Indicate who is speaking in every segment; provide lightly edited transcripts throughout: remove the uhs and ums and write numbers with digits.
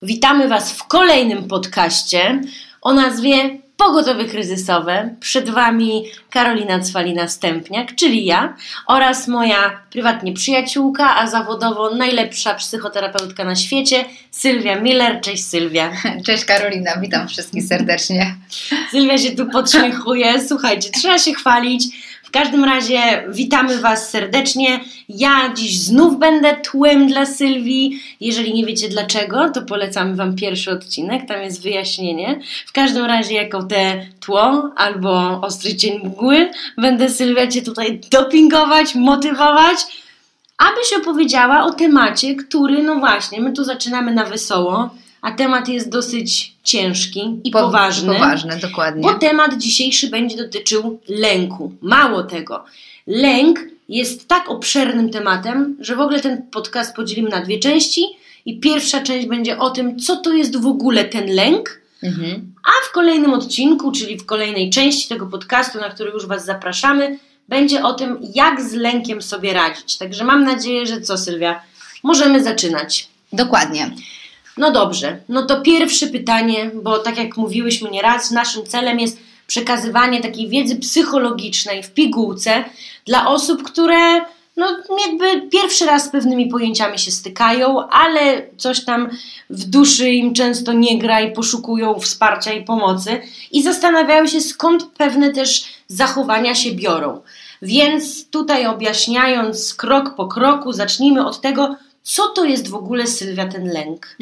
Speaker 1: Witamy Was w kolejnym podcaście o nazwie Pogotowie kryzysowe. Przed Wami Karolina Cwalina-Stępniak, czyli ja, oraz moja prywatnie przyjaciółka, a zawodowo najlepsza psychoterapeutka na świecie, Sylwia Miller. Cześć Sylwia.
Speaker 2: Cześć Karolina, witam wszystkich serdecznie.
Speaker 1: Sylwia się tu podśmiechuje. Słuchajcie, trzeba się chwalić. W każdym razie witamy Was serdecznie. Ja dziś znów będę tłem dla Sylwii. Jeżeli nie wiecie dlaczego, to polecamy Wam pierwszy odcinek, tam jest wyjaśnienie. W każdym razie jako te tło albo ostry cień mgły będę Sylwia Cię tutaj dopingować, motywować, abyś opowiedziała o temacie, który, no właśnie, my tu zaczynamy na wesoło, a temat jest dosyć ciężki i poważny.
Speaker 2: Poważny, dokładnie.
Speaker 1: Bo temat dzisiejszy będzie dotyczył lęku. Mało tego, lęk jest tak obszernym tematem, że w ogóle ten podcast podzielimy na dwie części i pierwsza część będzie o tym, co to jest w ogóle ten lęk, a w kolejnym odcinku, czyli w kolejnej części tego podcastu, na który już Was zapraszamy, będzie o tym, jak z lękiem sobie radzić. Także mam nadzieję, że co, Sylwia, możemy zaczynać.
Speaker 2: Dokładnie.
Speaker 1: No dobrze, no to pierwsze pytanie, bo tak jak mówiłyśmy nieraz, naszym celem jest przekazywanie takiej wiedzy psychologicznej w pigułce dla osób, które no jakby pierwszy raz z pewnymi pojęciami się stykają, ale coś tam w duszy im często nie gra i poszukują wsparcia i pomocy i zastanawiają się, skąd pewne też zachowania się biorą. Więc tutaj objaśniając krok po kroku, zacznijmy od tego, co to jest w ogóle, Sylwia, ten lęk?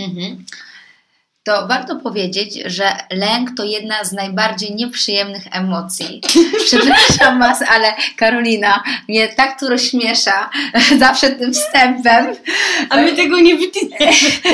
Speaker 2: To warto powiedzieć, że lęk to jedna z najbardziej nieprzyjemnych emocji. Przepraszam Was, ale Karolina mnie tak tu rozśmiesza zawsze tym wstępem.
Speaker 1: A my tego nie wytniemy.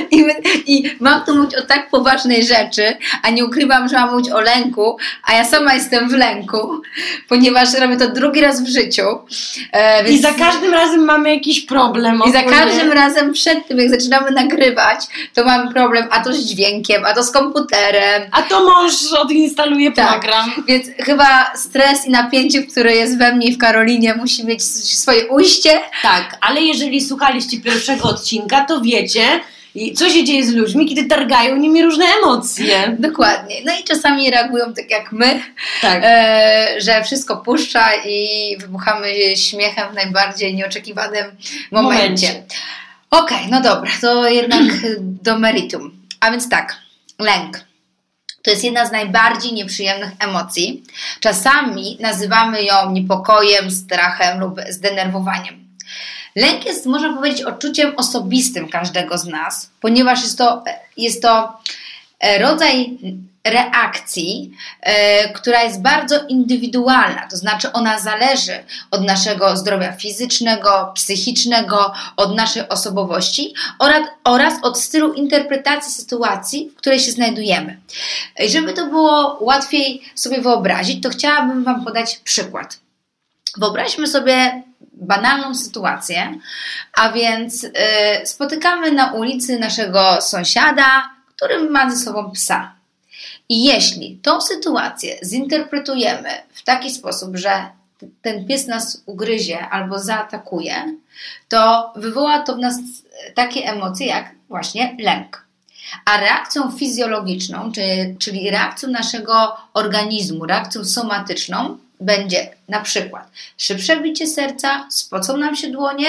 Speaker 2: I mam tu mówić o tak poważnej rzeczy, a nie ukrywam, że mam mówić o lęku, a ja sama jestem w lęku, ponieważ robię to drugi raz w życiu.
Speaker 1: Więc... I za każdym razem mamy jakiś problem.
Speaker 2: I za każdym razem przed tym, jak zaczynamy nagrywać, to mamy problem, a to z dźwiękiem, a to z komputerem.
Speaker 1: A to mąż odinstaluje program.
Speaker 2: Tak, więc chyba stres i napięcie, które jest we mnie i w Karolinie, musi mieć swoje ujście.
Speaker 1: Tak, ale jeżeli słuchaliście pierwszego odcinka, to wiecie, co się dzieje z ludźmi, kiedy targają nimi różne emocje.
Speaker 2: Dokładnie. No i czasami reagują tak jak my,
Speaker 1: tak.
Speaker 2: Że wszystko puszcza i wybuchamy śmiechem w najbardziej nieoczekiwanym momencie. Okej, no dobra, to jednak do meritum. A więc tak, lęk. To jest jedna z najbardziej nieprzyjemnych emocji. Czasami nazywamy ją niepokojem, strachem lub zdenerwowaniem. Lęk jest, można powiedzieć, odczuciem osobistym każdego z nas, ponieważ jest to rodzaj reakcji, która jest bardzo indywidualna, to znaczy ona zależy od naszego zdrowia fizycznego, psychicznego, od naszej osobowości oraz od stylu interpretacji sytuacji, w której się znajdujemy. I żeby to było łatwiej sobie wyobrazić, to chciałabym Wam podać przykład. Wyobraźmy sobie banalną sytuację, a więc spotykamy na ulicy naszego sąsiada, który ma ze sobą psa. I jeśli tą sytuację zinterpretujemy w taki sposób, że ten pies nas ugryzie albo zaatakuje, to wywoła to w nas takie emocje jak właśnie lęk. A reakcją fizjologiczną, czyli reakcją naszego organizmu, reakcją somatyczną będzie na przykład szybsze bicie serca, spocą nam się dłonie,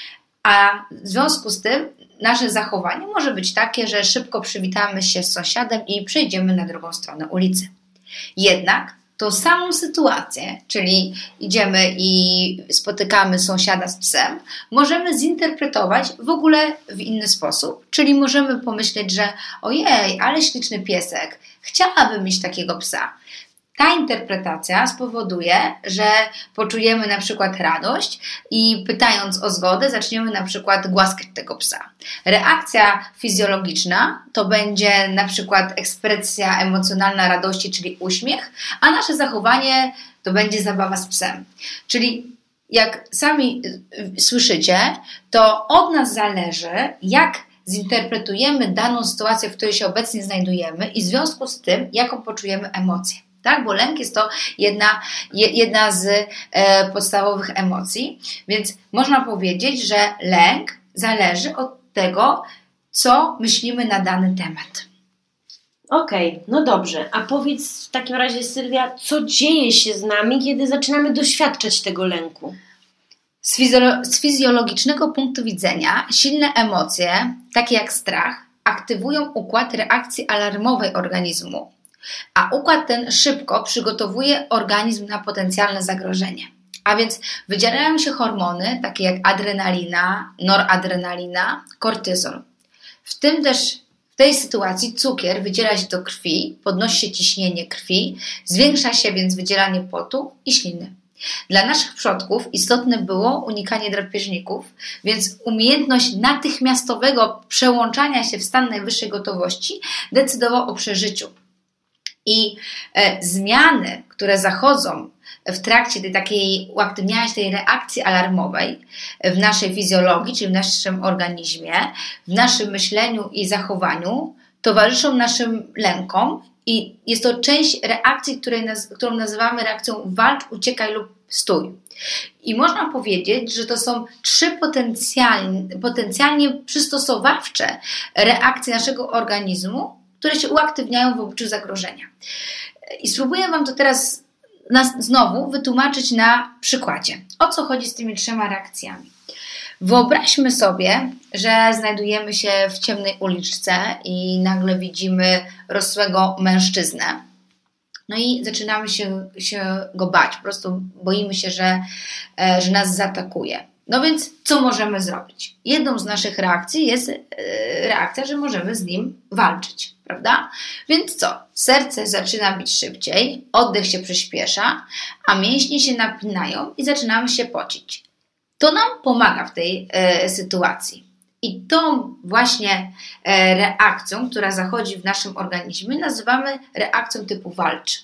Speaker 2: a w związku z tym nasze zachowanie może być takie, że szybko przywitamy się z sąsiadem i przejdziemy na drugą stronę ulicy. Jednak tą samą sytuację, czyli idziemy i spotykamy sąsiada z psem, możemy zinterpretować w ogóle w inny sposób. Czyli możemy pomyśleć, że ojej, ale śliczny piesek, chciałabym mieć takiego psa. Ta interpretacja spowoduje, że poczujemy na przykład radość i pytając o zgodę zaczniemy na przykład głaskać tego psa. Reakcja fizjologiczna to będzie na przykład ekspresja emocjonalna radości, czyli uśmiech, a nasze zachowanie to będzie zabawa z psem. Czyli jak sami słyszycie, to od nas zależy, jak zinterpretujemy daną sytuację, w której się obecnie znajdujemy i w związku z tym, jaką poczujemy emocję. Tak, bo lęk jest to jedna z podstawowych emocji, więc można powiedzieć, że lęk zależy od tego, co myślimy na dany temat.
Speaker 1: Okej, no dobrze. A powiedz w takim razie, Sylwia, co dzieje się z nami, kiedy zaczynamy doświadczać tego lęku?
Speaker 2: Z fizjologicznego punktu widzenia silne emocje, takie jak strach, aktywują układ reakcji alarmowej organizmu, a układ ten szybko przygotowuje organizm na potencjalne zagrożenie. A więc wydzielają się hormony takie jak adrenalina, noradrenalina, kortyzol. W tej sytuacji cukier wydziela się do krwi, podnosi się ciśnienie krwi, zwiększa się więc wydzielanie potu i śliny. Dla naszych przodków istotne było unikanie drapieżników, więc umiejętność natychmiastowego przełączania się w stan najwyższej gotowości decydował o przeżyciu. I zmiany, które zachodzą w trakcie uaktywniania się tej reakcji alarmowej w naszej fizjologii, czyli w naszym organizmie, w naszym myśleniu i zachowaniu, towarzyszą naszym lękom i jest to część reakcji, którą nazywamy reakcją walcz, uciekaj lub stój. I można powiedzieć, że to są 3 potencjalnie przystosowawcze reakcje naszego organizmu, które się uaktywniają w obliczu zagrożenia. I spróbuję Wam to teraz znowu wytłumaczyć na przykładzie. O co chodzi z tymi 3 reakcjami? Wyobraźmy sobie, że znajdujemy się w ciemnej uliczce i nagle widzimy rosłego mężczyznę. No i zaczynamy się go bać, po prostu boimy się, że nas zaatakuje. No więc co możemy zrobić? Jedną z naszych reakcji jest reakcja, że możemy z nim walczyć, prawda? Więc co? Serce zaczyna bić szybciej, oddech się przyspiesza, a mięśnie się napinają i zaczynamy się pocić. To nam pomaga w tej sytuacji. I tą właśnie reakcją, która zachodzi w naszym organizmie, nazywamy reakcją typu walcz.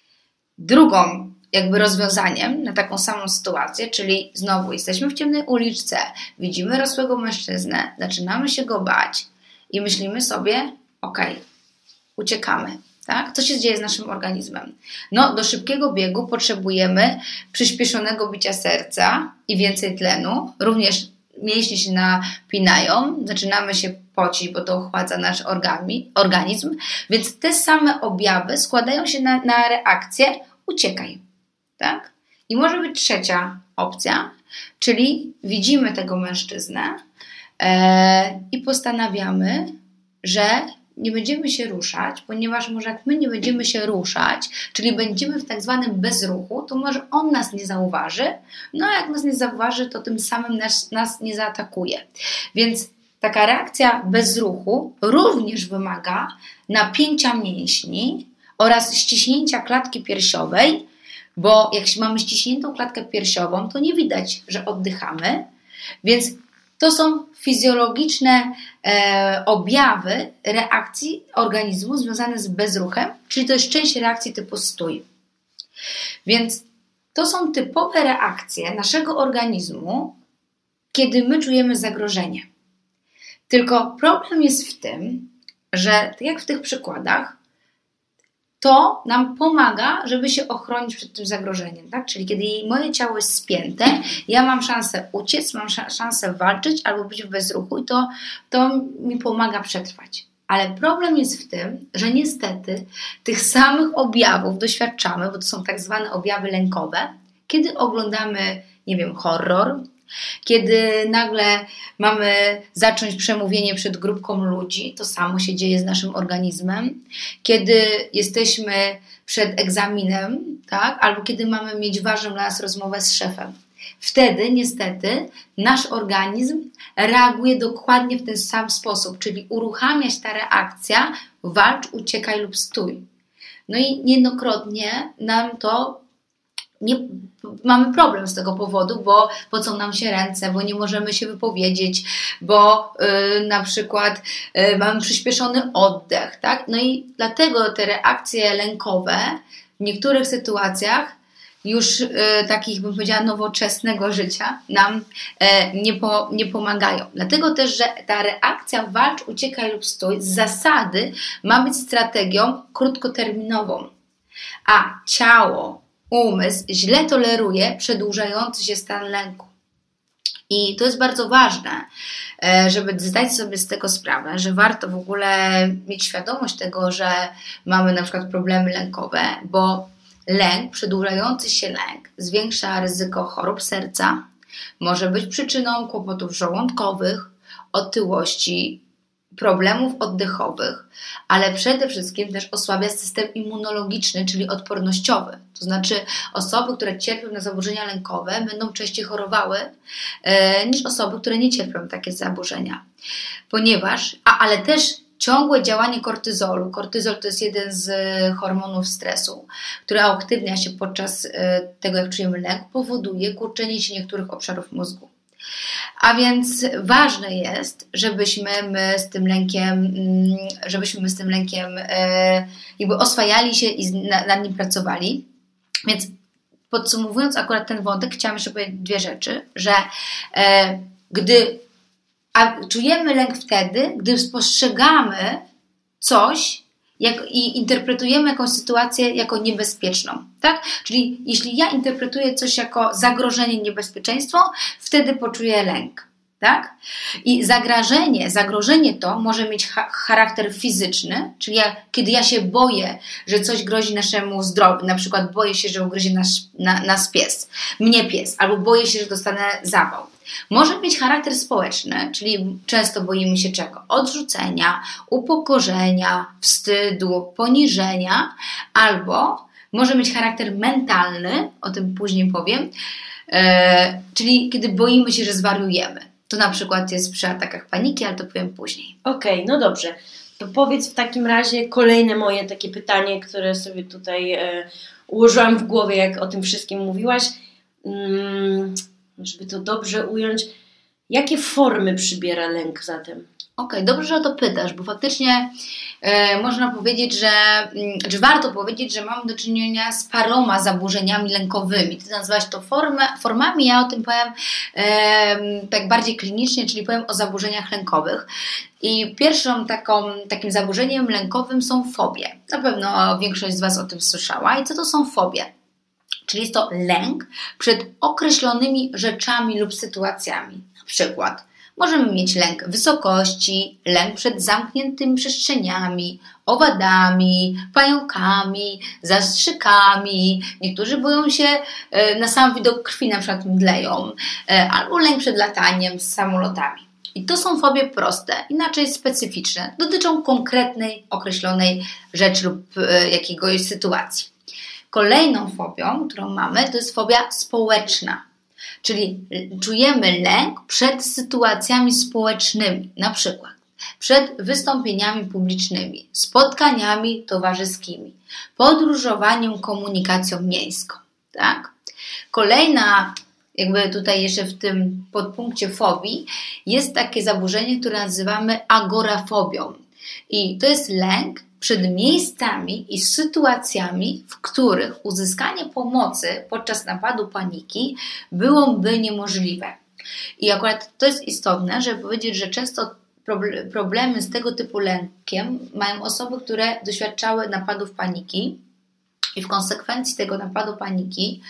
Speaker 2: Drugą rozwiązaniem na taką samą sytuację, czyli znowu jesteśmy w ciemnej uliczce, widzimy rosłego mężczyznę, zaczynamy się go bać i myślimy sobie, uciekamy. Tak? Co się dzieje z naszym organizmem? No, do szybkiego biegu potrzebujemy przyspieszonego bicia serca i więcej tlenu. Również mięśnie się napinają, zaczynamy się pocić, bo to ochładza nasz organizm. Więc te same objawy składają się na reakcję uciekaj. Tak? I może być trzecia opcja, czyli widzimy tego mężczyznę i postanawiamy, że nie będziemy się ruszać, ponieważ może jak my nie będziemy się ruszać, czyli będziemy w tak zwanym bezruchu, to może on nas nie zauważy, no a jak nas nie zauważy, to tym samym nas nie zaatakuje. Więc taka reakcja bezruchu również wymaga napięcia mięśni oraz ściśnięcia klatki piersiowej, bo jak mamy ściśniętą klatkę piersiową, to nie widać, że oddychamy, więc to są fizjologiczne objawy reakcji organizmu związane z bezruchem, czyli to jest część reakcji typu stój. Więc to są typowe reakcje naszego organizmu, kiedy my czujemy zagrożenie. Tylko problem jest w tym, że tak jak w tych przykładach, to nam pomaga, żeby się ochronić przed tym zagrożeniem. Tak? Czyli kiedy moje ciało jest spięte, ja mam szansę uciec, mam szansę walczyć albo być w bezruchu i to mi pomaga przetrwać. Ale problem jest w tym, że niestety tych samych objawów doświadczamy, bo to są tak zwane objawy lękowe, kiedy oglądamy, horror, kiedy nagle mamy zacząć przemówienie przed grupką ludzi, to samo się dzieje z naszym organizmem. Kiedy jesteśmy przed egzaminem, tak? Albo kiedy mamy mieć ważną dla nas rozmowę z szefem. Wtedy niestety nasz organizm reaguje dokładnie w ten sam sposób, czyli uruchamia się ta reakcja walcz, uciekaj lub stój. No i niejednokrotnie nam to mamy problem z tego powodu, bo pocą nam się ręce, bo nie możemy się wypowiedzieć, bo na przykład mamy przyspieszony oddech, tak? No i dlatego te reakcje lękowe w niektórych sytuacjach już takich, bym powiedziała, nowoczesnego życia nam nie pomagają. Dlatego też, że ta reakcja walcz, uciekaj lub stój z zasady ma być strategią krótkoterminową, a ciało, umysł źle toleruje przedłużający się stan lęku. I to jest bardzo ważne, żeby zdać sobie z tego sprawę, że warto w ogóle mieć świadomość tego, że mamy na przykład problemy lękowe, bo lęk, przedłużający się lęk zwiększa ryzyko chorób serca, może być przyczyną kłopotów żołądkowych, otyłości, problemów oddechowych, ale przede wszystkim też osłabia system immunologiczny, czyli odpornościowy. To znaczy osoby, które cierpią na zaburzenia lękowe, będą częściej chorowały niż osoby, które nie cierpią takie zaburzenia. Ponieważ, ale też ciągłe działanie kortyzolu. Kortyzol to jest jeden z hormonów stresu, który uaktywnia się podczas tego, jak czujemy lęk, powoduje kurczenie się niektórych obszarów mózgu. A więc ważne jest, żebyśmy z tym lękiem jakby oswajali się i nad nim pracowali. Więc podsumowując akurat ten wątek, chciałam jeszcze powiedzieć dwie rzeczy, że czujemy lęk wtedy, gdy spostrzegamy coś i interpretujemy jakąś sytuację jako niebezpieczną, tak? Czyli jeśli ja interpretuję coś jako zagrożenie, niebezpieczeństwo, wtedy poczuję lęk, tak? I zagrożenie to może mieć charakter fizyczny, czyli kiedy ja się boję, że coś grozi naszemu zdrowiu, na przykład boję się, że ugryzie nas mnie pies, albo boję się, że dostanę zawał. Może mieć charakter społeczny, czyli często boimy się czego? Odrzucenia, upokorzenia, wstydu, poniżenia, albo może mieć charakter mentalny, o tym później powiem, czyli kiedy boimy się, że zwariujemy. To na przykład jest przy atakach paniki, ale to powiem później.
Speaker 1: Okej, no dobrze. To powiedz w takim razie kolejne moje takie pytanie, które sobie tutaj ułożyłam w głowie, jak o tym wszystkim mówiłaś. Żeby to dobrze ująć, jakie formy przybiera lęk zatem?
Speaker 2: Okej, dobrze, że o to pytasz, bo faktycznie można powiedzieć, że warto powiedzieć, że mamy do czynienia z paroma zaburzeniami lękowymi. Ty nazwałaś to formami, ja o tym powiem tak bardziej klinicznie, czyli powiem o zaburzeniach lękowych. I pierwszym takim zaburzeniem lękowym są fobie. Na pewno większość z Was o tym słyszała. I co to są fobie? Czyli jest to lęk przed określonymi rzeczami lub sytuacjami. Na przykład możemy mieć lęk wysokości, lęk przed zamkniętymi przestrzeniami, owadami, pająkami, zastrzykami. Niektórzy boją się na sam widok krwi, na przykład mdleją, albo lęk przed lataniem z samolotami. I to są fobie proste, inaczej specyficzne. Dotyczą konkretnej, określonej rzeczy lub jakiegoś sytuacji. Kolejną fobią, którą mamy, to jest fobia społeczna, czyli czujemy lęk przed sytuacjami społecznymi, na przykład przed wystąpieniami publicznymi, spotkaniami towarzyskimi, podróżowaniem, komunikacją miejską. Tak? Kolejna, jakby tutaj jeszcze w tym podpunkcie fobii, jest takie zaburzenie, które nazywamy agorafobią. I to jest lęk przed miejscami i sytuacjami, w których uzyskanie pomocy podczas napadu paniki byłoby niemożliwe. I akurat to jest istotne, żeby powiedzieć, że często problemy z tego typu lękiem mają osoby, które doświadczały napadów paniki i w konsekwencji tego napadu paniki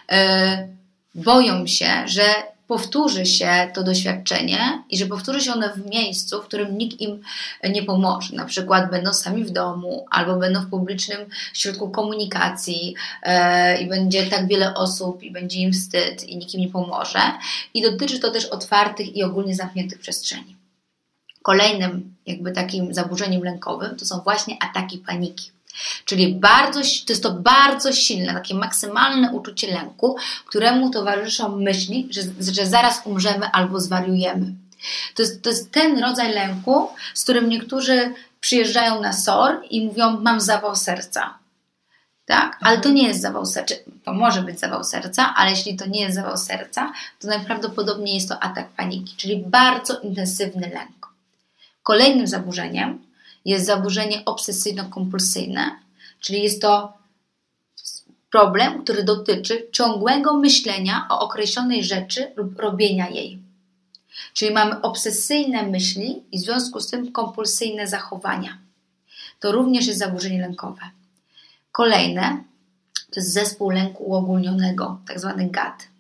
Speaker 2: boją się, że powtórzy się to doświadczenie i że powtórzy się one w miejscu, w którym nikt im nie pomoże. Na przykład będą sami w domu albo będą w publicznym środku komunikacji i będzie tak wiele osób i będzie im wstyd i nikt im nie pomoże. I dotyczy to też otwartych i ogólnie zamkniętych przestrzeni. Kolejnym jakby takim zaburzeniem lękowym to są właśnie ataki paniki. Czyli to jest to bardzo silne, takie maksymalne uczucie lęku, któremu towarzyszą myśli, że zaraz umrzemy albo zwariujemy. To jest ten rodzaj lęku, z którym niektórzy przyjeżdżają na SOR i mówią: mam zawał serca. Tak? Ale to nie jest zawał serca. To może być zawał serca, ale jeśli to nie jest zawał serca, to najprawdopodobniej jest to atak paniki, czyli bardzo intensywny lęk. Kolejnym zaburzeniem jest zaburzenie obsesyjno-kompulsyjne, czyli jest to problem, który dotyczy ciągłego myślenia o określonej rzeczy lub robienia jej. Czyli mamy obsesyjne myśli i w związku z tym kompulsyjne zachowania. To również jest zaburzenie lękowe. Kolejne to jest zespół lęku uogólnionego, tak zwany GAD.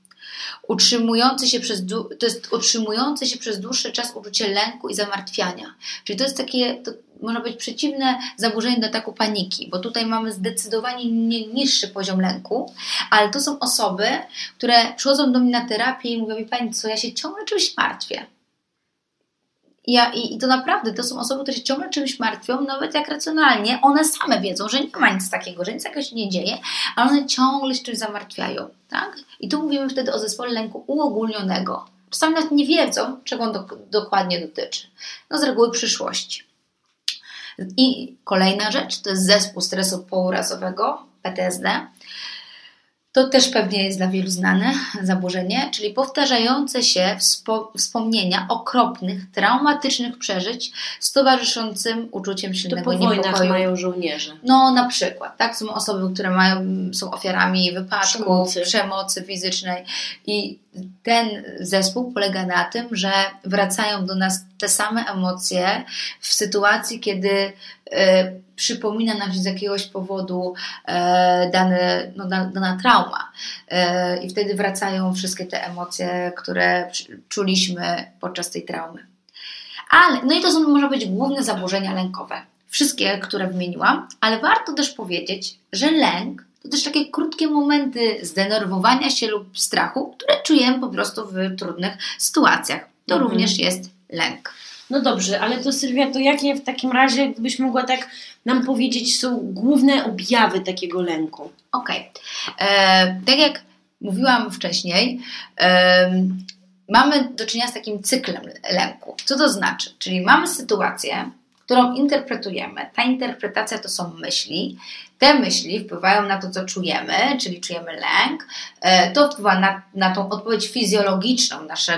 Speaker 2: To jest utrzymujące się przez dłuższy czas uczucie lęku i zamartwiania. Czyli to jest takie, to można być przeciwne zaburzeniu do ataku paniki, bo tutaj mamy zdecydowanie niższy poziom lęku, ale to są osoby, które przychodzą do mnie na terapię i mówią mi: pani co, ja się ciągle czymś martwię. I to naprawdę, to są osoby, które się ciągle czymś martwią, nawet jak racjonalnie one same wiedzą, że nie ma nic takiego, że nic takiego się nie dzieje, ale one ciągle się czymś zamartwiają, tak? I tu mówimy wtedy o zespole lęku uogólnionego. Czasami nawet nie wiedzą, czego on dokładnie dotyczy. No z reguły przyszłości. I kolejna rzecz, to jest zespół stresu pourazowego, PTSD. To też pewnie jest dla wielu znane zaburzenie, czyli powtarzające się wspomnienia okropnych, traumatycznych przeżyć z towarzyszącym uczuciem silnego niepokoju.
Speaker 1: To po wojnach mają żołnierze.
Speaker 2: No na przykład, tak? Są osoby, które są ofiarami wypadków, przemocy fizycznej i ten zespół polega na tym, że wracają do nas te same emocje w sytuacji, kiedy przypomina nam się z jakiegoś powodu dana trauma. I wtedy wracają wszystkie te emocje, które czuliśmy podczas tej traumy. No i to może być główne zaburzenia lękowe. Wszystkie, które wymieniłam, ale warto też powiedzieć, że lęk to też takie krótkie momenty zdenerwowania się lub strachu, które czujemy po prostu w trudnych sytuacjach. To również jest lęk.
Speaker 1: No dobrze, ale to Sylwia, to jakie w takim razie, gdybyś mogła tak nam powiedzieć, są główne objawy takiego lęku?
Speaker 2: Okej. Tak jak mówiłam wcześniej, mamy do czynienia z takim cyklem lęku. Co to znaczy? Czyli mamy sytuację, którą interpretujemy. Ta interpretacja to są myśli. Te myśli wpływają na to, co czujemy, czyli czujemy lęk. To wpływa na tą odpowiedź fizjologiczną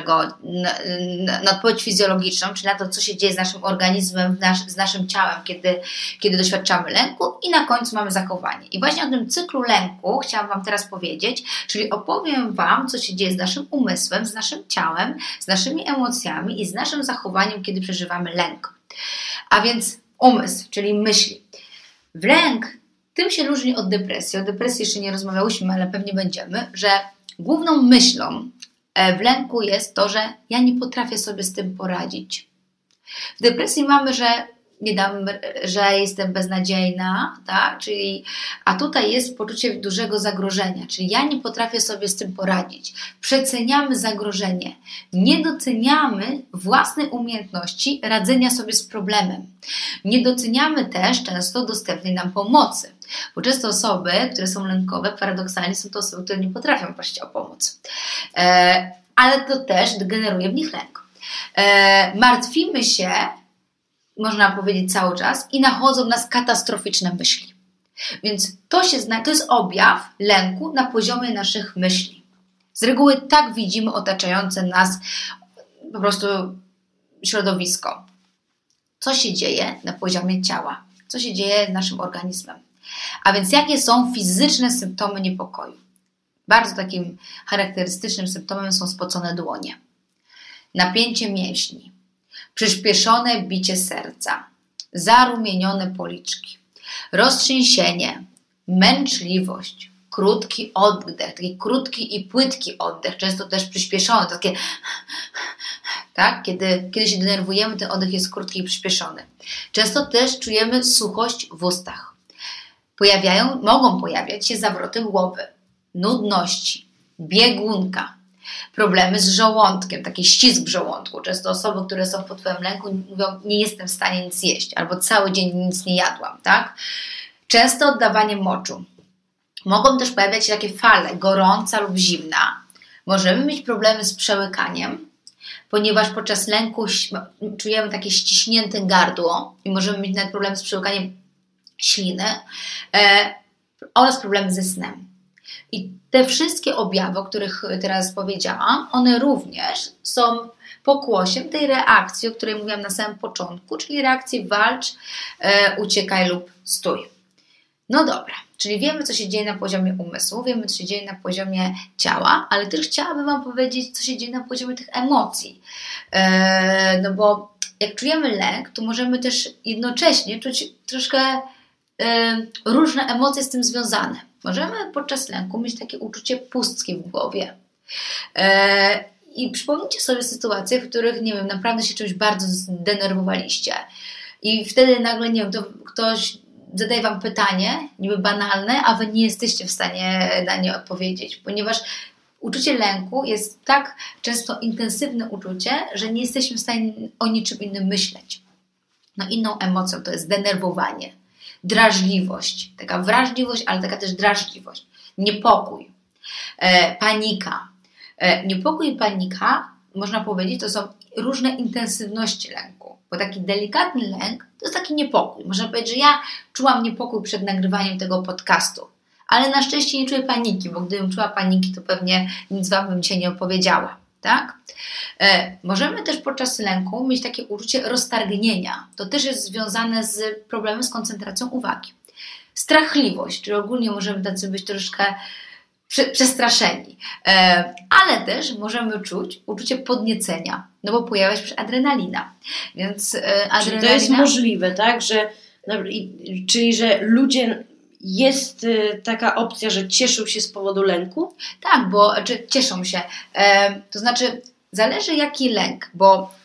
Speaker 2: na odpowiedź fizjologiczną, czyli na to, co się dzieje z naszym organizmem, z naszym ciałem, kiedy doświadczamy lęku, i na końcu mamy zachowanie. I właśnie o tym cyklu lęku chciałam Wam teraz powiedzieć, czyli opowiem Wam, co się dzieje z naszym umysłem, z naszym ciałem, z naszymi emocjami i z naszym zachowaniem, kiedy przeżywamy lęk. A więc umysł, czyli myśli. Lęk tym się różni od depresji. O depresji jeszcze nie rozmawiałyśmy, ale pewnie będziemy, że główną myślą w lęku jest to, że ja nie potrafię sobie z tym poradzić. W depresji mamy, że jestem beznadziejna, tak? A tutaj jest poczucie dużego zagrożenia, czyli ja nie potrafię sobie z tym poradzić. Przeceniamy zagrożenie, nie doceniamy własnej umiejętności radzenia sobie z problemem. Nie doceniamy też często dostępnej nam pomocy, bo często osoby, które są lękowe, paradoksalnie są to osoby, które nie potrafią prosić o pomoc. Ale to też generuje w nich lęk. Martwimy się, można powiedzieć, cały czas i nachodzą nas katastroficzne myśli. Więc to jest objaw lęku na poziomie naszych myśli. Z reguły tak widzimy otaczające nas po prostu środowisko. Co się dzieje na poziomie ciała? Co się dzieje z naszym organizmem? A więc jakie są fizyczne symptomy niepokoju? Bardzo takim charakterystycznym symptomem są spocone dłonie, napięcie mięśni, przyspieszone bicie serca, zarumienione policzki, roztrzęsienie, męczliwość, krótki oddech, taki krótki i płytki oddech, często też przyspieszony, takie, tak? Kiedy się denerwujemy, ten oddech jest krótki i przyspieszony. Często też czujemy suchość w ustach. Mogą pojawiać się zawroty głowy, nudności, biegunka, problemy z żołądkiem, taki ścisk w żołądku. Często osoby, które są pod wpływem lęku, mówią: nie jestem w stanie nic jeść, albo cały dzień nic nie jadłam, tak? Często oddawanie moczu. Mogą też pojawiać się takie fale, gorąca lub zimna. Możemy mieć problemy z przełykaniem, ponieważ podczas lęku czujemy takie ściśnięte gardło i możemy mieć nawet problemy z przełykaniem śliny oraz problemy ze snem. I te wszystkie objawy, o których teraz powiedziałam, one również są pokłosiem tej reakcji, o której mówiłam na samym początku, czyli reakcji walcz, uciekaj lub stój. No dobra, czyli wiemy, co się dzieje na poziomie umysłu, wiemy, co się dzieje na poziomie ciała, ale też chciałabym Wam powiedzieć, co się dzieje na poziomie tych emocji. No bo jak czujemy lęk, to możemy też jednocześnie czuć troszkę różne emocje z tym związane. Możemy podczas lęku mieć takie uczucie pustki w głowie, I przypomnijcie sobie sytuacje, w których, nie wiem, naprawdę się czymś bardzo zdenerwowaliście. I wtedy nagle, nie wiem, to ktoś zadaje Wam pytanie, niby banalne, a Wy nie jesteście w stanie na nie odpowiedzieć, ponieważ uczucie lęku jest tak często intensywne uczucie, że nie jesteśmy w stanie o niczym innym myśleć. No inną emocją to jest zdenerwowanie, drażliwość, taka wrażliwość, ale taka też drażliwość, niepokój, panika. Niepokój i panika, można powiedzieć, to są różne intensywności lęku, bo taki delikatny lęk to jest taki niepokój. Można powiedzieć, że ja czułam niepokój przed nagrywaniem tego podcastu, ale na szczęście nie czuję paniki, bo gdybym czuła paniki, to pewnie nic Wam bym dzisiaj nie opowiedziała. Tak? Możemy też podczas lęku mieć takie uczucie roztargnienia. To też jest związane z problemem z koncentracją uwagi. Strachliwość, czyli ogólnie możemy tacy być troszkę przestraszeni, ale też możemy czuć uczucie podniecenia, no bo pojawia się adrenalina. Więc adrenalina...
Speaker 1: Czyli to jest możliwe, tak? Czyli że ludzie... Jest taka opcja, że cieszą się z powodu lęku?
Speaker 2: Tak, bo cieszą się. To znaczy, zależy jaki lęk, bo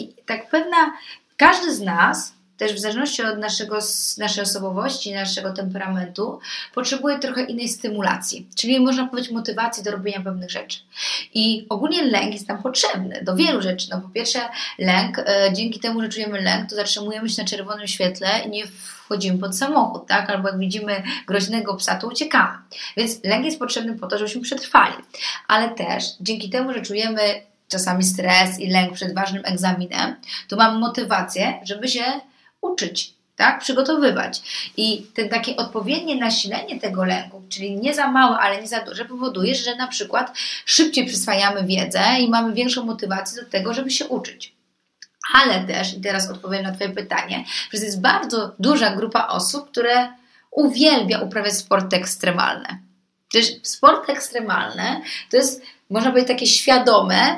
Speaker 2: każdy z nas, też w zależności od naszej osobowości, naszego temperamentu, potrzebuje trochę innej stymulacji, czyli można powiedzieć motywacji do robienia pewnych rzeczy. I ogólnie lęk jest nam potrzebny do wielu rzeczy. No po pierwsze lęk, dzięki temu, że czujemy lęk, to zatrzymujemy się na czerwonym świetle i nie wchodzimy pod samochód, tak? Albo jak widzimy groźnego psa, to uciekamy. Więc lęk jest potrzebny po to, żebyśmy przetrwali. Ale też dzięki temu, że czujemy czasami stres i lęk przed ważnym egzaminem, to mamy motywację, żeby się uczyć, tak? Przygotowywać. I takie odpowiednie nasilenie tego lęku, czyli nie za małe, ale nie za duże, powoduje, że na przykład szybciej przyswajamy wiedzę i mamy większą motywację do tego, żeby się uczyć. Ale też, i teraz odpowiem na Twoje pytanie, że jest bardzo duża grupa osób, które uwielbia uprawiać sporty ekstremalne. Przecież sporty ekstremalne to jest, można powiedzieć, takie świadome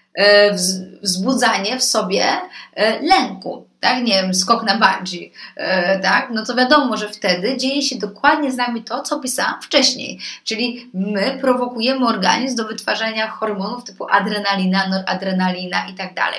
Speaker 2: wzbudzanie w sobie lęku, tak? Nie wiem, skok na bungee, tak? No to wiadomo, że wtedy dzieje się dokładnie z nami to, co opisałam wcześniej, czyli my prowokujemy organizm do wytwarzania hormonów typu adrenalina, noradrenalina i tak dalej.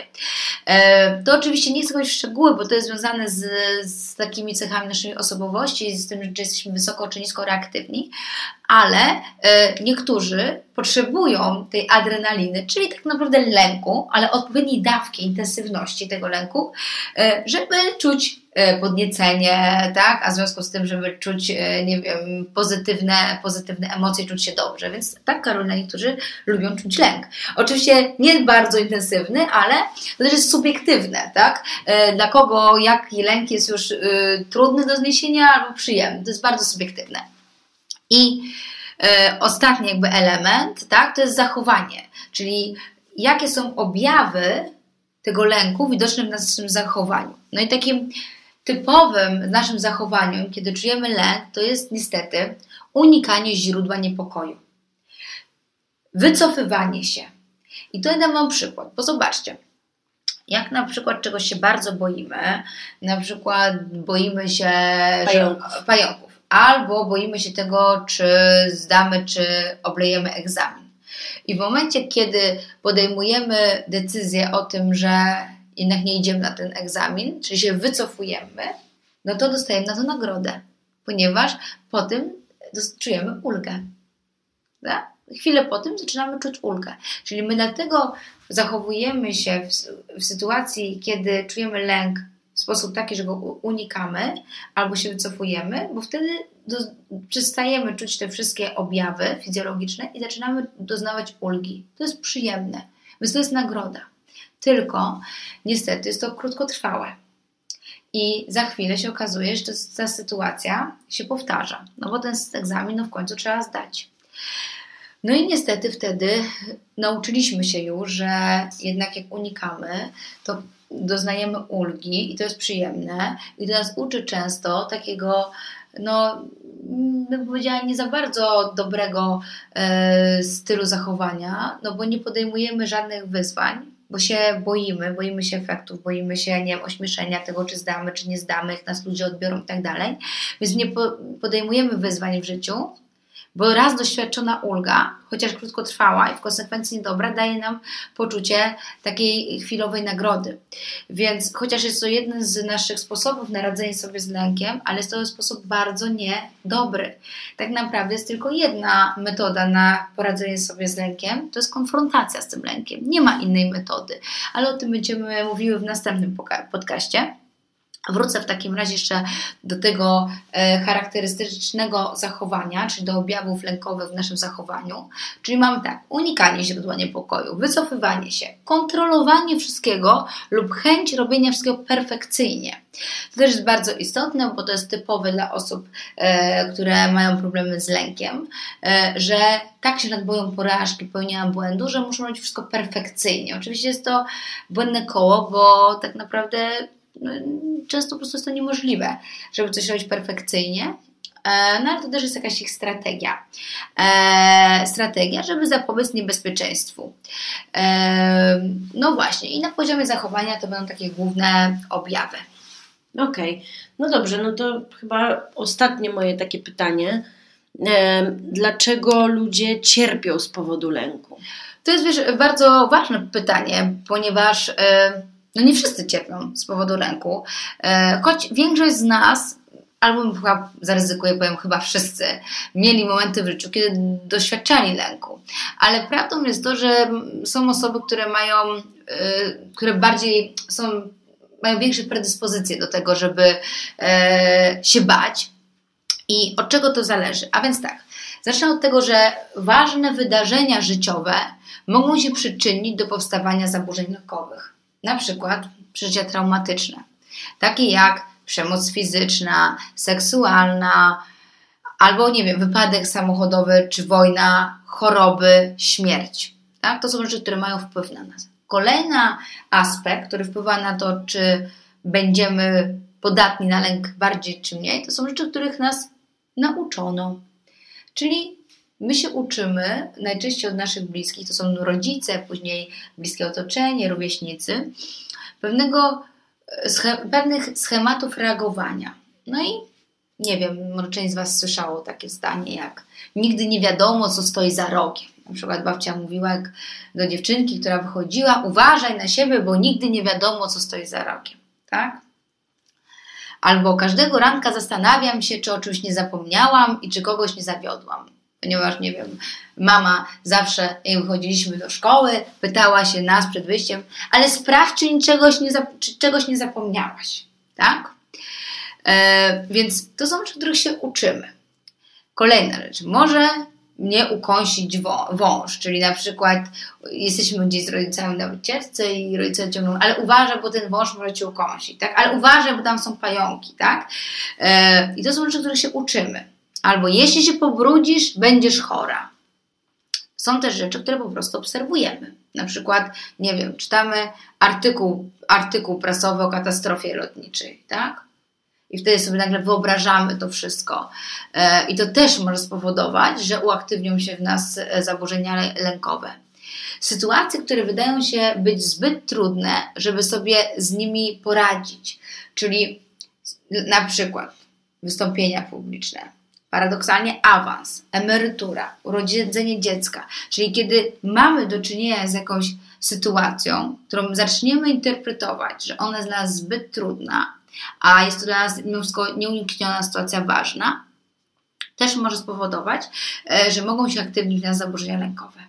Speaker 2: To oczywiście nie chcę chodzić w szczegóły, bo to jest związane z takimi cechami naszej osobowości, z tym, czy jesteśmy wysoko czy nisko reaktywni, ale niektórzy potrzebują tej adrenaliny, czyli tak naprawdę lęku, ale odpowiedniej dawki, intensywności tego lęku, żeby czuć podniecenie, tak? A w związku z tym, żeby czuć, nie wiem, pozytywne emocje, czuć się dobrze. Więc tak, Karolina, niektórzy lubią czuć lęk. Oczywiście nie bardzo intensywny, ale to też jest subiektywne, tak? Dla kogo jaki lęk jest już trudny do zniesienia albo przyjemny. To jest bardzo subiektywne. I ostatni jakby element, tak? To jest zachowanie, czyli jakie są objawy tego lęku widoczne w naszym zachowaniu. No i takim typowym naszym zachowaniu, kiedy czujemy lęk, to jest niestety unikanie źródła niepokoju. Wycofywanie się. I to dam Wam przykład, bo zobaczcie, jak na przykład czegoś się bardzo boimy, na przykład boimy się pająków, albo boimy się tego, czy zdamy, czy oblejemy egzamin. I w momencie, kiedy podejmujemy decyzję o tym, że jednak nie idziemy na ten egzamin, czyli się wycofujemy, no to dostajemy na to nagrodę, ponieważ po tym czujemy ulgę. Tak? Chwilę po tym zaczynamy czuć ulgę. Czyli my dlatego zachowujemy się w sytuacji, kiedy czujemy lęk w sposób taki, że go unikamy albo się wycofujemy, bo wtedy przestajemy czuć te wszystkie objawy fizjologiczne i zaczynamy doznawać ulgi. To jest przyjemne, więc to jest nagroda. Tylko niestety jest to krótkotrwałe. I za chwilę się okazuje, że ta sytuacja się powtarza. No bo ten egzamin w końcu trzeba zdać. No i niestety wtedy nauczyliśmy się już, że jednak jak unikamy, to doznajemy ulgi i to jest przyjemne. I to nas uczy często takiego, no bym powiedziała, nie za bardzo dobrego stylu zachowania, no bo nie podejmujemy żadnych wyzwań, bo się boimy się efektów, boimy się, nie wiem, ośmieszenia tego, czy zdamy, czy nie zdamy, jak nas ludzie odbiorą i tak dalej. Więc nie podejmujemy wyzwań w życiu, bo raz doświadczona ulga, chociaż krótkotrwała i w konsekwencji niedobra, daje nam poczucie takiej chwilowej nagrody. Więc chociaż jest to jeden z naszych sposobów na radzenie sobie z lękiem, ale jest to sposób bardzo niedobry. Tak naprawdę jest tylko jedna metoda na poradzenie sobie z lękiem, to jest konfrontacja z tym lękiem. Nie ma innej metody, ale o tym będziemy mówiły w następnym podcaście. Wrócę w takim razie jeszcze do tego charakterystycznego zachowania, czyli do objawów lękowych w naszym zachowaniu. Czyli mamy tak, unikanie źródła niepokoju, wycofywanie się, kontrolowanie wszystkiego lub chęć robienia wszystkiego perfekcyjnie. To też jest bardzo istotne, bo to jest typowe dla osób, które mają problemy z lękiem, że tak się boją porażki, popełniania błędu, że muszą robić wszystko perfekcyjnie. Oczywiście jest to błędne koło, bo tak naprawdę często po prostu jest to niemożliwe, żeby coś robić perfekcyjnie, no ale to też jest jakaś ich strategia. Strategia, żeby zapobiec niebezpieczeństwu. No właśnie, i na poziomie zachowania to będą takie główne objawy.
Speaker 1: Okej, no dobrze, no to chyba ostatnie moje takie pytanie. Dlaczego ludzie cierpią z powodu lęku?
Speaker 2: To jest, wiesz, bardzo ważne pytanie, ponieważ no nie wszyscy cierpią z powodu lęku, choć większość z nas, albo chyba zaryzykuję, powiem chyba wszyscy, mieli momenty w życiu, kiedy doświadczali lęku. Ale prawdą jest to, że są osoby, które bardziej mają większe predyspozycje do tego, żeby się bać. I od czego to zależy? A więc tak, zacznę od tego, że ważne wydarzenia życiowe mogą się przyczynić do powstawania zaburzeń lękowych. Na przykład przeżycia traumatyczne, takie jak przemoc fizyczna, seksualna, albo nie wiem, wypadek samochodowy, czy wojna, choroby, śmierć. Tak? To są rzeczy, które mają wpływ na nas. Kolejny aspekt, który wpływa na to, czy będziemy podatni na lęk bardziej czy mniej, to są rzeczy, których nas nauczono. Czyli my się uczymy najczęściej od naszych bliskich, to są rodzice, później bliskie otoczenie, rówieśnicy, pewnych schematów reagowania. No i nie wiem, może część z Was słyszało takie zdanie jak nigdy nie wiadomo, co stoi za rogiem. Na przykład babcia mówiła do dziewczynki, która wychodziła, uważaj na siebie, bo nigdy nie wiadomo, co stoi za rogiem. Tak? Albo każdego ranka zastanawiam się, czy o czymś nie zapomniałam i czy kogoś nie zawiodłam. Ponieważ, nie wiem, mama zawsze, jak wychodziliśmy do szkoły, pytała się nas przed wyjściem, ale sprawdź, czy czegoś nie zapomniałaś. Tak? Więc to są rzeczy, których się uczymy. Kolejna rzecz. Może mnie ukąsić wąż, czyli na przykład jesteśmy gdzieś z rodzicami na wycieczce i rodzice ciągną, ale uważaj, bo ten wąż może Cię ukąsić, tak? Ale uważaj, bo tam są pająki, tak? I to są rzeczy, których się uczymy. Albo jeśli się pobrudzisz, będziesz chora. Są też rzeczy, które po prostu obserwujemy. Na przykład, nie wiem, czytamy artykuł prasowy o katastrofie lotniczej, tak? I wtedy sobie nagle wyobrażamy to wszystko. I to też może spowodować, że uaktywnią się w nas zaburzenia lękowe. Sytuacje, które wydają się być zbyt trudne, żeby sobie z nimi poradzić. Czyli na przykład wystąpienia publiczne. Paradoksalnie awans, emerytura, urodzenie dziecka. Czyli kiedy mamy do czynienia z jakąś sytuacją, którą zaczniemy interpretować, że ona jest dla nas zbyt trudna, a jest to dla nas mimo wszystko nieunikniona sytuacja ważna, też może spowodować, że mogą się aktywnić w nas zaburzenia lękowe.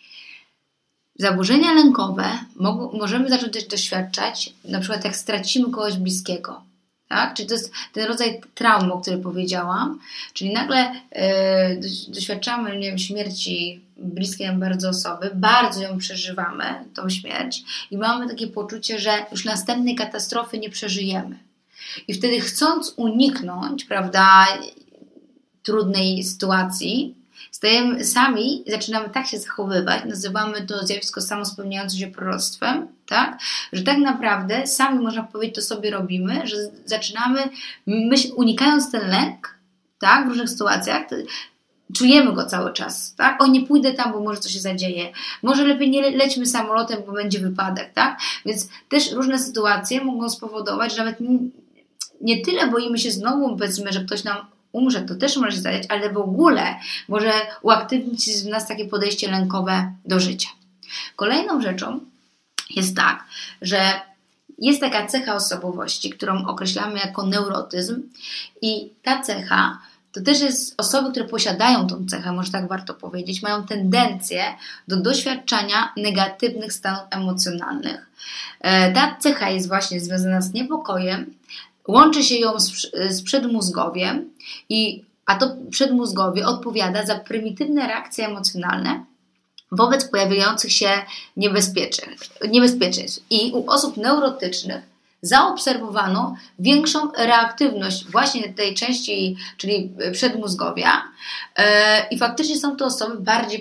Speaker 2: Zaburzenia lękowe możemy zacząć też doświadczać, na przykład jak stracimy kogoś bliskiego. Tak? Czyli to jest ten rodzaj traumy, o której powiedziałam, czyli nagle doświadczamy, nie wiem, śmierci bliskiej nam bardzo osoby, bardzo ją przeżywamy, tą śmierć i mamy takie poczucie, że już następnej katastrofy nie przeżyjemy. I wtedy chcąc uniknąć, prawda, trudnej sytuacji, sami zaczynamy tak się zachowywać, nazywamy to zjawisko samospełniające się proroctwem, tak? Że tak naprawdę sami, można powiedzieć, to sobie robimy, że zaczynamy, unikając ten lęk, tak, w różnych sytuacjach, czujemy go cały czas, tak? O, nie pójdę tam, bo może coś się zadzieje. Może lepiej nie lećmy samolotem, bo będzie wypadek, tak? Więc też różne sytuacje mogą spowodować, że nawet nie tyle boimy się znowu, powiedzmy, że ktoś nam umrze, to też może się zdarzyć, ale w ogóle może uaktywnić w nas takie podejście lękowe do życia. Kolejną rzeczą jest tak, że jest taka cecha osobowości, którą określamy jako neurotyzm i ta cecha to też jest osoby, które posiadają tą cechę, może tak warto powiedzieć, mają tendencję do doświadczania negatywnych stanów emocjonalnych. Ta cecha jest właśnie związana z niepokojem, łączy się ją z przedmózgowiem, a to przedmózgowie odpowiada za prymitywne reakcje emocjonalne wobec pojawiających się niebezpieczeństw. I u osób neurotycznych zaobserwowano większą reaktywność właśnie tej części, czyli przedmózgowia, i faktycznie są to osoby bardziej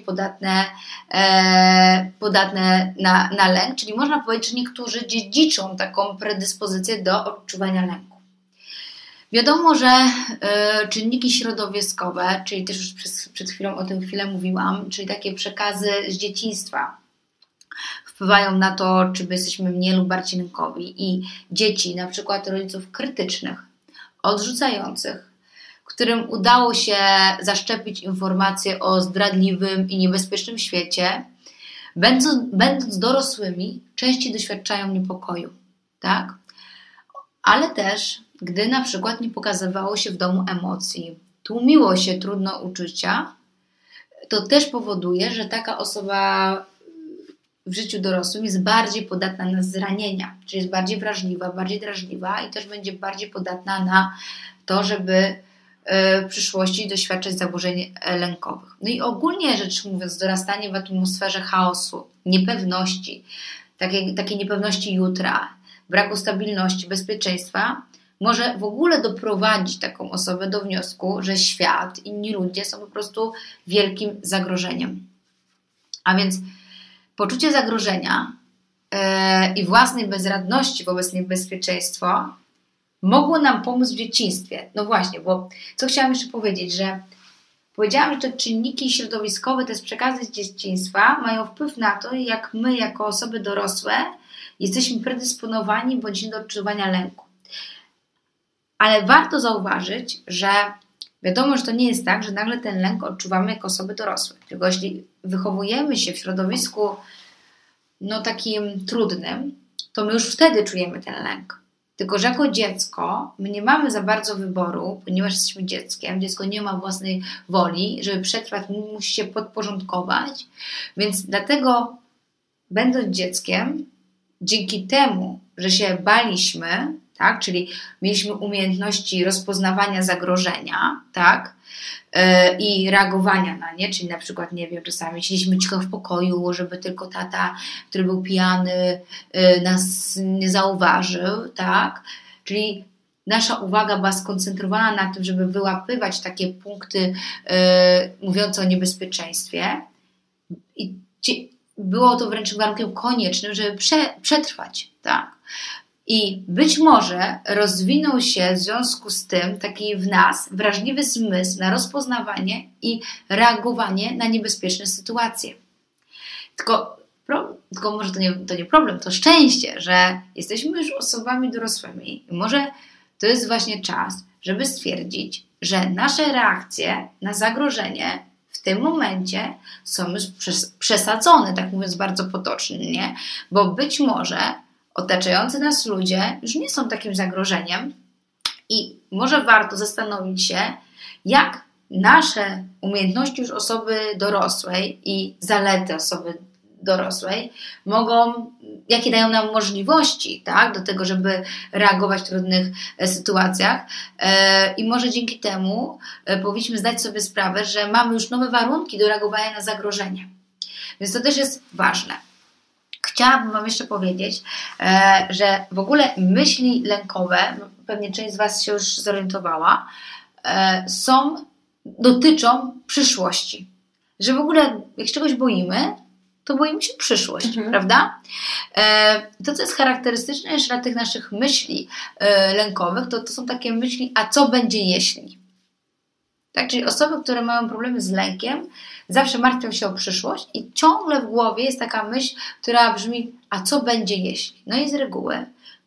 Speaker 2: podatne na lęk, czyli można powiedzieć, że niektórzy dziedziczą taką predyspozycję do odczuwania lęku. Wiadomo, że czynniki środowiskowe, czyli też już przed chwilą o tym chwilę mówiłam, czyli takie przekazy z dzieciństwa, wpływają na to, czy my jesteśmy mniej lub bardziej lękowi. I dzieci, na przykład rodziców krytycznych, odrzucających, którym udało się zaszczepić informacje o zdradliwym i niebezpiecznym świecie, będąc dorosłymi, częściej doświadczają niepokoju. Tak? Ale też, gdy na przykład nie pokazywało się w domu emocji, tłumiło się trudne uczucia, to też powoduje, że taka osoba w życiu dorosłym jest bardziej podatna na zranienia, czyli jest bardziej wrażliwa, bardziej drażliwa i też będzie bardziej podatna na to, żeby w przyszłości doświadczać zaburzeń lękowych. No i ogólnie rzecz mówiąc, dorastanie w atmosferze chaosu, niepewności, takiej niepewności jutra, braku stabilności, bezpieczeństwa, może w ogóle doprowadzić taką osobę do wniosku, że świat, inni ludzie są po prostu wielkim zagrożeniem. A więc poczucie zagrożenia i własnej bezradności wobec niebezpieczeństwa mogło nam pomóc w dzieciństwie. No właśnie, bo co chciałam jeszcze powiedzieć, że powiedziałam, że te czynniki środowiskowe, te przekazy z dzieciństwa mają wpływ na to, jak my jako osoby dorosłe jesteśmy predysponowani bądź nie do odczuwania lęku. Ale warto zauważyć, że wiadomo, że to nie jest tak, że nagle ten lęk odczuwamy jako osoby dorosłe. Tylko jeśli wychowujemy się w środowisku takim trudnym, to my już wtedy czujemy ten lęk. Tylko że jako dziecko my nie mamy za bardzo wyboru, ponieważ jesteśmy dzieckiem, dziecko nie ma własnej woli, żeby przetrwać, musi się podporządkować, więc dlatego będąc dzieckiem, dzięki temu, że się baliśmy, tak, czyli mieliśmy umiejętności rozpoznawania zagrożenia, tak, i reagowania na nie, czyli na przykład, nie wiem, czasami siedzieliśmy cicho w pokoju, żeby tylko tata, który był pijany, nas nie zauważył, tak, czyli nasza uwaga była skoncentrowana na tym, żeby wyłapywać takie punkty mówiące o niebezpieczeństwie i było to wręcz warunkiem koniecznym, żeby przetrwać, tak. I być może rozwinął się w związku z tym taki w nas wrażliwy zmysł na rozpoznawanie i reagowanie na niebezpieczne sytuacje. Tylko może to nie problem, to szczęście, że jesteśmy już osobami dorosłymi i może to jest właśnie czas, żeby stwierdzić, że nasze reakcje na zagrożenie w tym momencie są już przesadzone, tak mówiąc bardzo potocznie, bo być może otaczający nas ludzie już nie są takim zagrożeniem i może warto zastanowić się, jak nasze umiejętności już osoby dorosłej i zalety osoby dorosłej jakie dają nam możliwości, tak, do tego, żeby reagować w trudnych sytuacjach i może dzięki temu powinniśmy zdać sobie sprawę, że mamy już nowe warunki do reagowania na zagrożenie. Więc to też jest ważne. Chciałabym Wam jeszcze powiedzieć, że w ogóle myśli lękowe, pewnie część z Was się już zorientowała, dotyczą przyszłości. Że w ogóle jak się czegoś boimy, to boimy się przyszłość, prawda? To, co jest charakterystyczne jeszcze dla tych naszych myśli lękowych, to są takie myśli, a co będzie jeśli? Tak, czyli osoby, które mają problemy z lękiem, zawsze martwią się o przyszłość i ciągle w głowie jest taka myśl, która brzmi, a co będzie jeśli? No i z reguły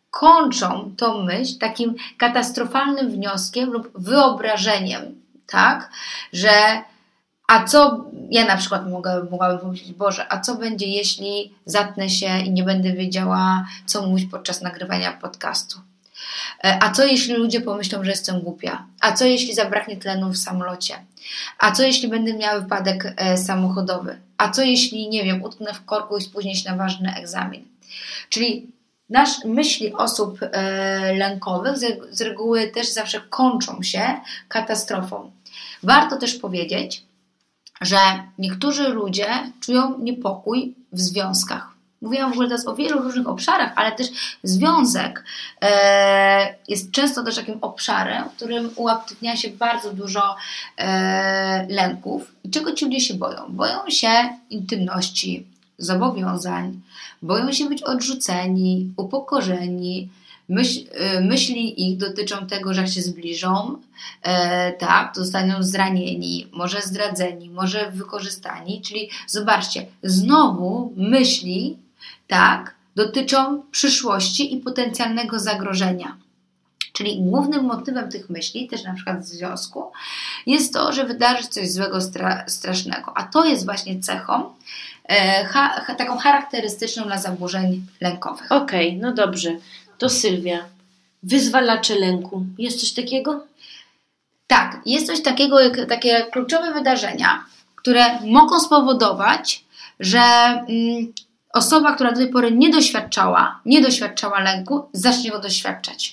Speaker 2: kończą tą myśl takim katastrofalnym wnioskiem lub wyobrażeniem, tak, że a co, ja na przykład mogłabym pomyśleć, Boże, a co będzie, jeśli zatnę się i nie będę wiedziała, co mówić podczas nagrywania podcastu? A co jeśli ludzie pomyślą, że jestem głupia? A co jeśli zabraknie tlenu w samolocie? A co jeśli będę miała wypadek samochodowy? A co jeśli, nie wiem, utknę w korku i spóźnię się na ważny egzamin? Czyli myśli osób lękowych z reguły też zawsze kończą się katastrofą. Warto też powiedzieć, że niektórzy ludzie czują niepokój w związkach. Mówiłam w ogóle teraz o wielu różnych obszarach, ale też związek jest często też takim obszarem, w którym uaktywnia się bardzo dużo lęków. I czego ci ludzie się boją? Boją się intymności, zobowiązań, boją się być odrzuceni, upokorzeni. Myśli ich dotyczą tego, że jak się zbliżą, tak, to zostaną zranieni, może zdradzeni, może wykorzystani. Czyli zobaczcie, znowu myśli, tak, dotyczą przyszłości i potencjalnego zagrożenia. Czyli głównym motywem tych myśli, też na przykład w związku, jest to, że wydarzy coś złego, strasznego. A to jest właśnie cechą taką charakterystyczną dla zaburzeń lękowych.
Speaker 1: Okej, no dobrze. To Sylwia, wyzwalacze lęku. Jest coś takiego?
Speaker 2: Tak, jest coś takiego jak takie kluczowe wydarzenia, które mogą spowodować, że osoba, która do tej pory nie doświadczała lęku, zacznie go doświadczać.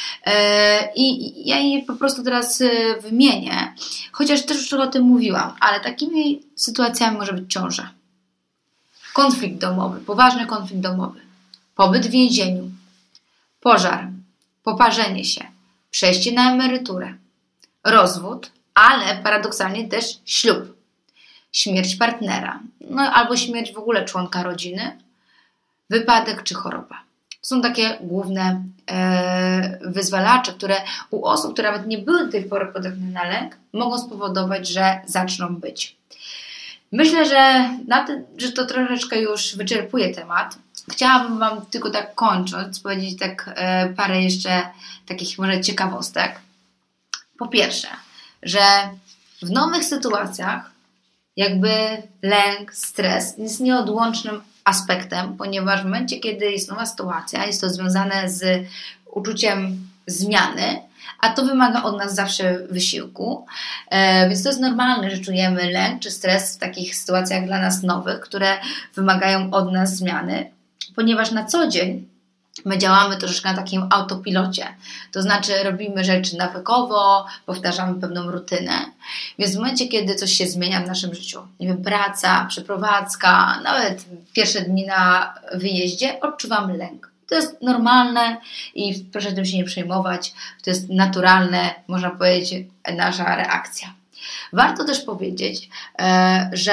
Speaker 2: I ja je po prostu teraz wymienię, chociaż też już trochę o tym mówiłam, ale takimi sytuacjami może być ciąża, konflikt domowy, poważny konflikt domowy, pobyt w więzieniu, pożar, poparzenie się, przejście na emeryturę, rozwód, ale paradoksalnie też ślub, śmierć partnera, no albo śmierć w ogóle członka rodziny, wypadek czy choroba. To są takie główne wyzwalacze, które u osób, które nawet nie były do tej pory podatne na lęk, mogą spowodować, że zaczną być. Myślę, że to troszeczkę już wyczerpuje temat. Chciałabym Wam tylko tak kończąc powiedzieć tak parę jeszcze takich może ciekawostek. Po pierwsze, że w nowych sytuacjach jakby lęk, stres jest nieodłącznym aspektem, ponieważ w momencie, kiedy jest nowa sytuacja, jest to związane z uczuciem zmiany, a to wymaga od nas zawsze wysiłku, więc to jest normalne, że czujemy lęk czy stres w takich sytuacjach dla nas nowych, które wymagają od nas zmiany, ponieważ na co dzień my działamy troszeczkę na takim autopilocie, to znaczy robimy rzeczy nawykowo, powtarzamy pewną rutynę, więc w momencie, kiedy coś się zmienia w naszym życiu, nie wiem, praca, przeprowadzka, nawet pierwsze dni na wyjeździe, odczuwamy lęk. To jest normalne i proszę tym się nie przejmować, to jest naturalne, można powiedzieć, nasza reakcja. Warto też powiedzieć, że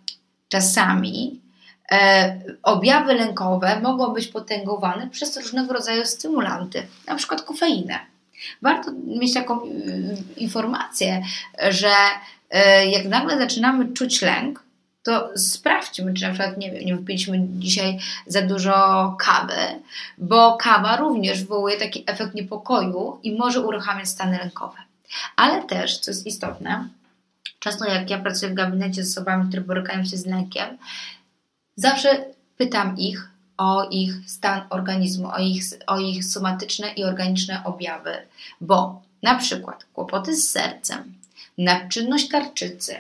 Speaker 2: czasami objawy lękowe mogą być potęgowane przez różnego rodzaju stymulanty, na przykład kofeinę. Warto mieć taką informację, że jak nagle zaczynamy czuć lęk, to sprawdźmy, czy na przykład nie wypiliśmy dzisiaj za dużo kawy, bo kawa również wywołuje taki efekt niepokoju i może uruchamiać stany lękowe. Ale też, co jest istotne, często jak ja pracuję w gabinecie z osobami, które borykają się z lękiem, zawsze pytam ich o ich stan organizmu, o ich somatyczne i organiczne objawy, bo na przykład kłopoty z sercem, nadczynność tarczycy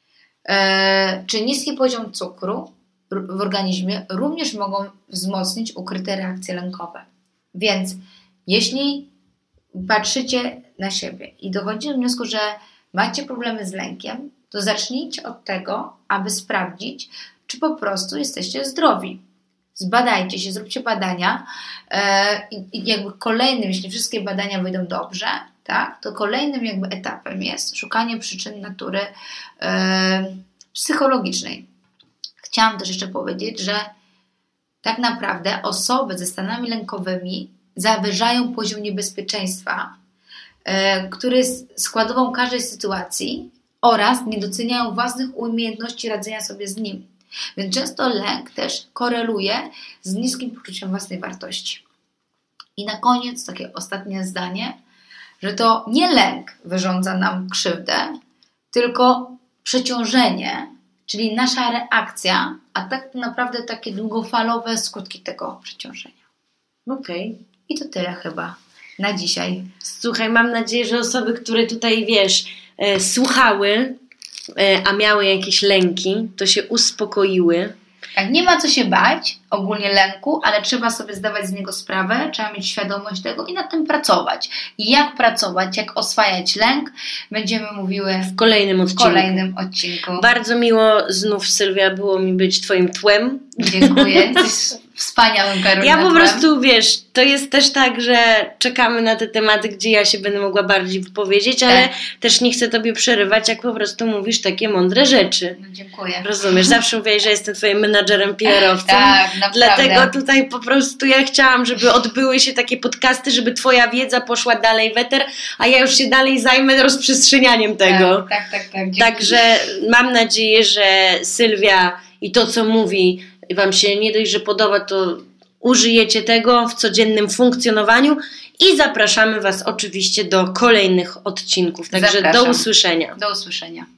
Speaker 2: czy niski poziom cukru w organizmie również mogą wzmocnić ukryte reakcje lękowe. Więc jeśli patrzycie na siebie i dochodzicie do wniosku, że macie problemy z lękiem, to zacznijcie od tego, aby sprawdzić, czy po prostu jesteście zdrowi. Zbadajcie się, zróbcie badania i jakby kolejnym, jeśli wszystkie badania wyjdą dobrze, tak, to kolejnym jakby etapem jest szukanie przyczyn natury psychologicznej. Chciałam też jeszcze powiedzieć, że tak naprawdę osoby ze stanami lękowymi zawyżają poziom niebezpieczeństwa, który jest składową każdej sytuacji oraz nie doceniają własnych umiejętności radzenia sobie z nim. Więc często lęk też koreluje z niskim poczuciem własnej wartości. I na koniec takie ostatnie zdanie, że to nie lęk wyrządza nam krzywdę, tylko przeciążenie, czyli nasza reakcja, a tak naprawdę takie długofalowe skutki tego przeciążenia.
Speaker 1: Okej.
Speaker 2: I to tyle chyba na dzisiaj.
Speaker 1: Słuchaj, mam nadzieję, że osoby, które tutaj, wiesz, słuchały, a miały jakieś lęki, to się uspokoiły.
Speaker 2: Tak, nie ma co się bać ogólnie lęku, ale trzeba sobie zdawać z niego sprawę, trzeba mieć świadomość tego i nad tym pracować. I jak pracować, jak oswajać lęk, będziemy mówiły
Speaker 1: w kolejnym
Speaker 2: odcinku.
Speaker 1: Bardzo miło znów, Sylwia, było mi być Twoim tłem.
Speaker 2: Dziękuję, jesteś wspaniałym Karolina.
Speaker 1: Ja po prostu, wiesz, to jest też tak, że czekamy na te tematy, gdzie ja się będę mogła bardziej wypowiedzieć, ale też nie chcę Tobie przerywać, jak po prostu mówisz takie mądre rzeczy.
Speaker 2: No, dziękuję.
Speaker 1: Rozumiesz, zawsze mówiłaś, że jestem Twoim menadżerem, PR-owcem.
Speaker 2: Tak, naprawdę.
Speaker 1: Dlatego tutaj po prostu ja chciałam, żeby odbyły się takie podcasty, żeby Twoja wiedza poszła dalej w eter, a ja już się dalej zajmę rozprzestrzenianiem tego.
Speaker 2: Tak.
Speaker 1: Także mam nadzieję, że Sylwia i to, co mówi, Wam się nie dość, że podoba, to użyjecie tego w codziennym funkcjonowaniu i zapraszamy Was oczywiście do kolejnych odcinków. Także
Speaker 2: Zapraszam.
Speaker 1: do usłyszenia.
Speaker 2: Do usłyszenia.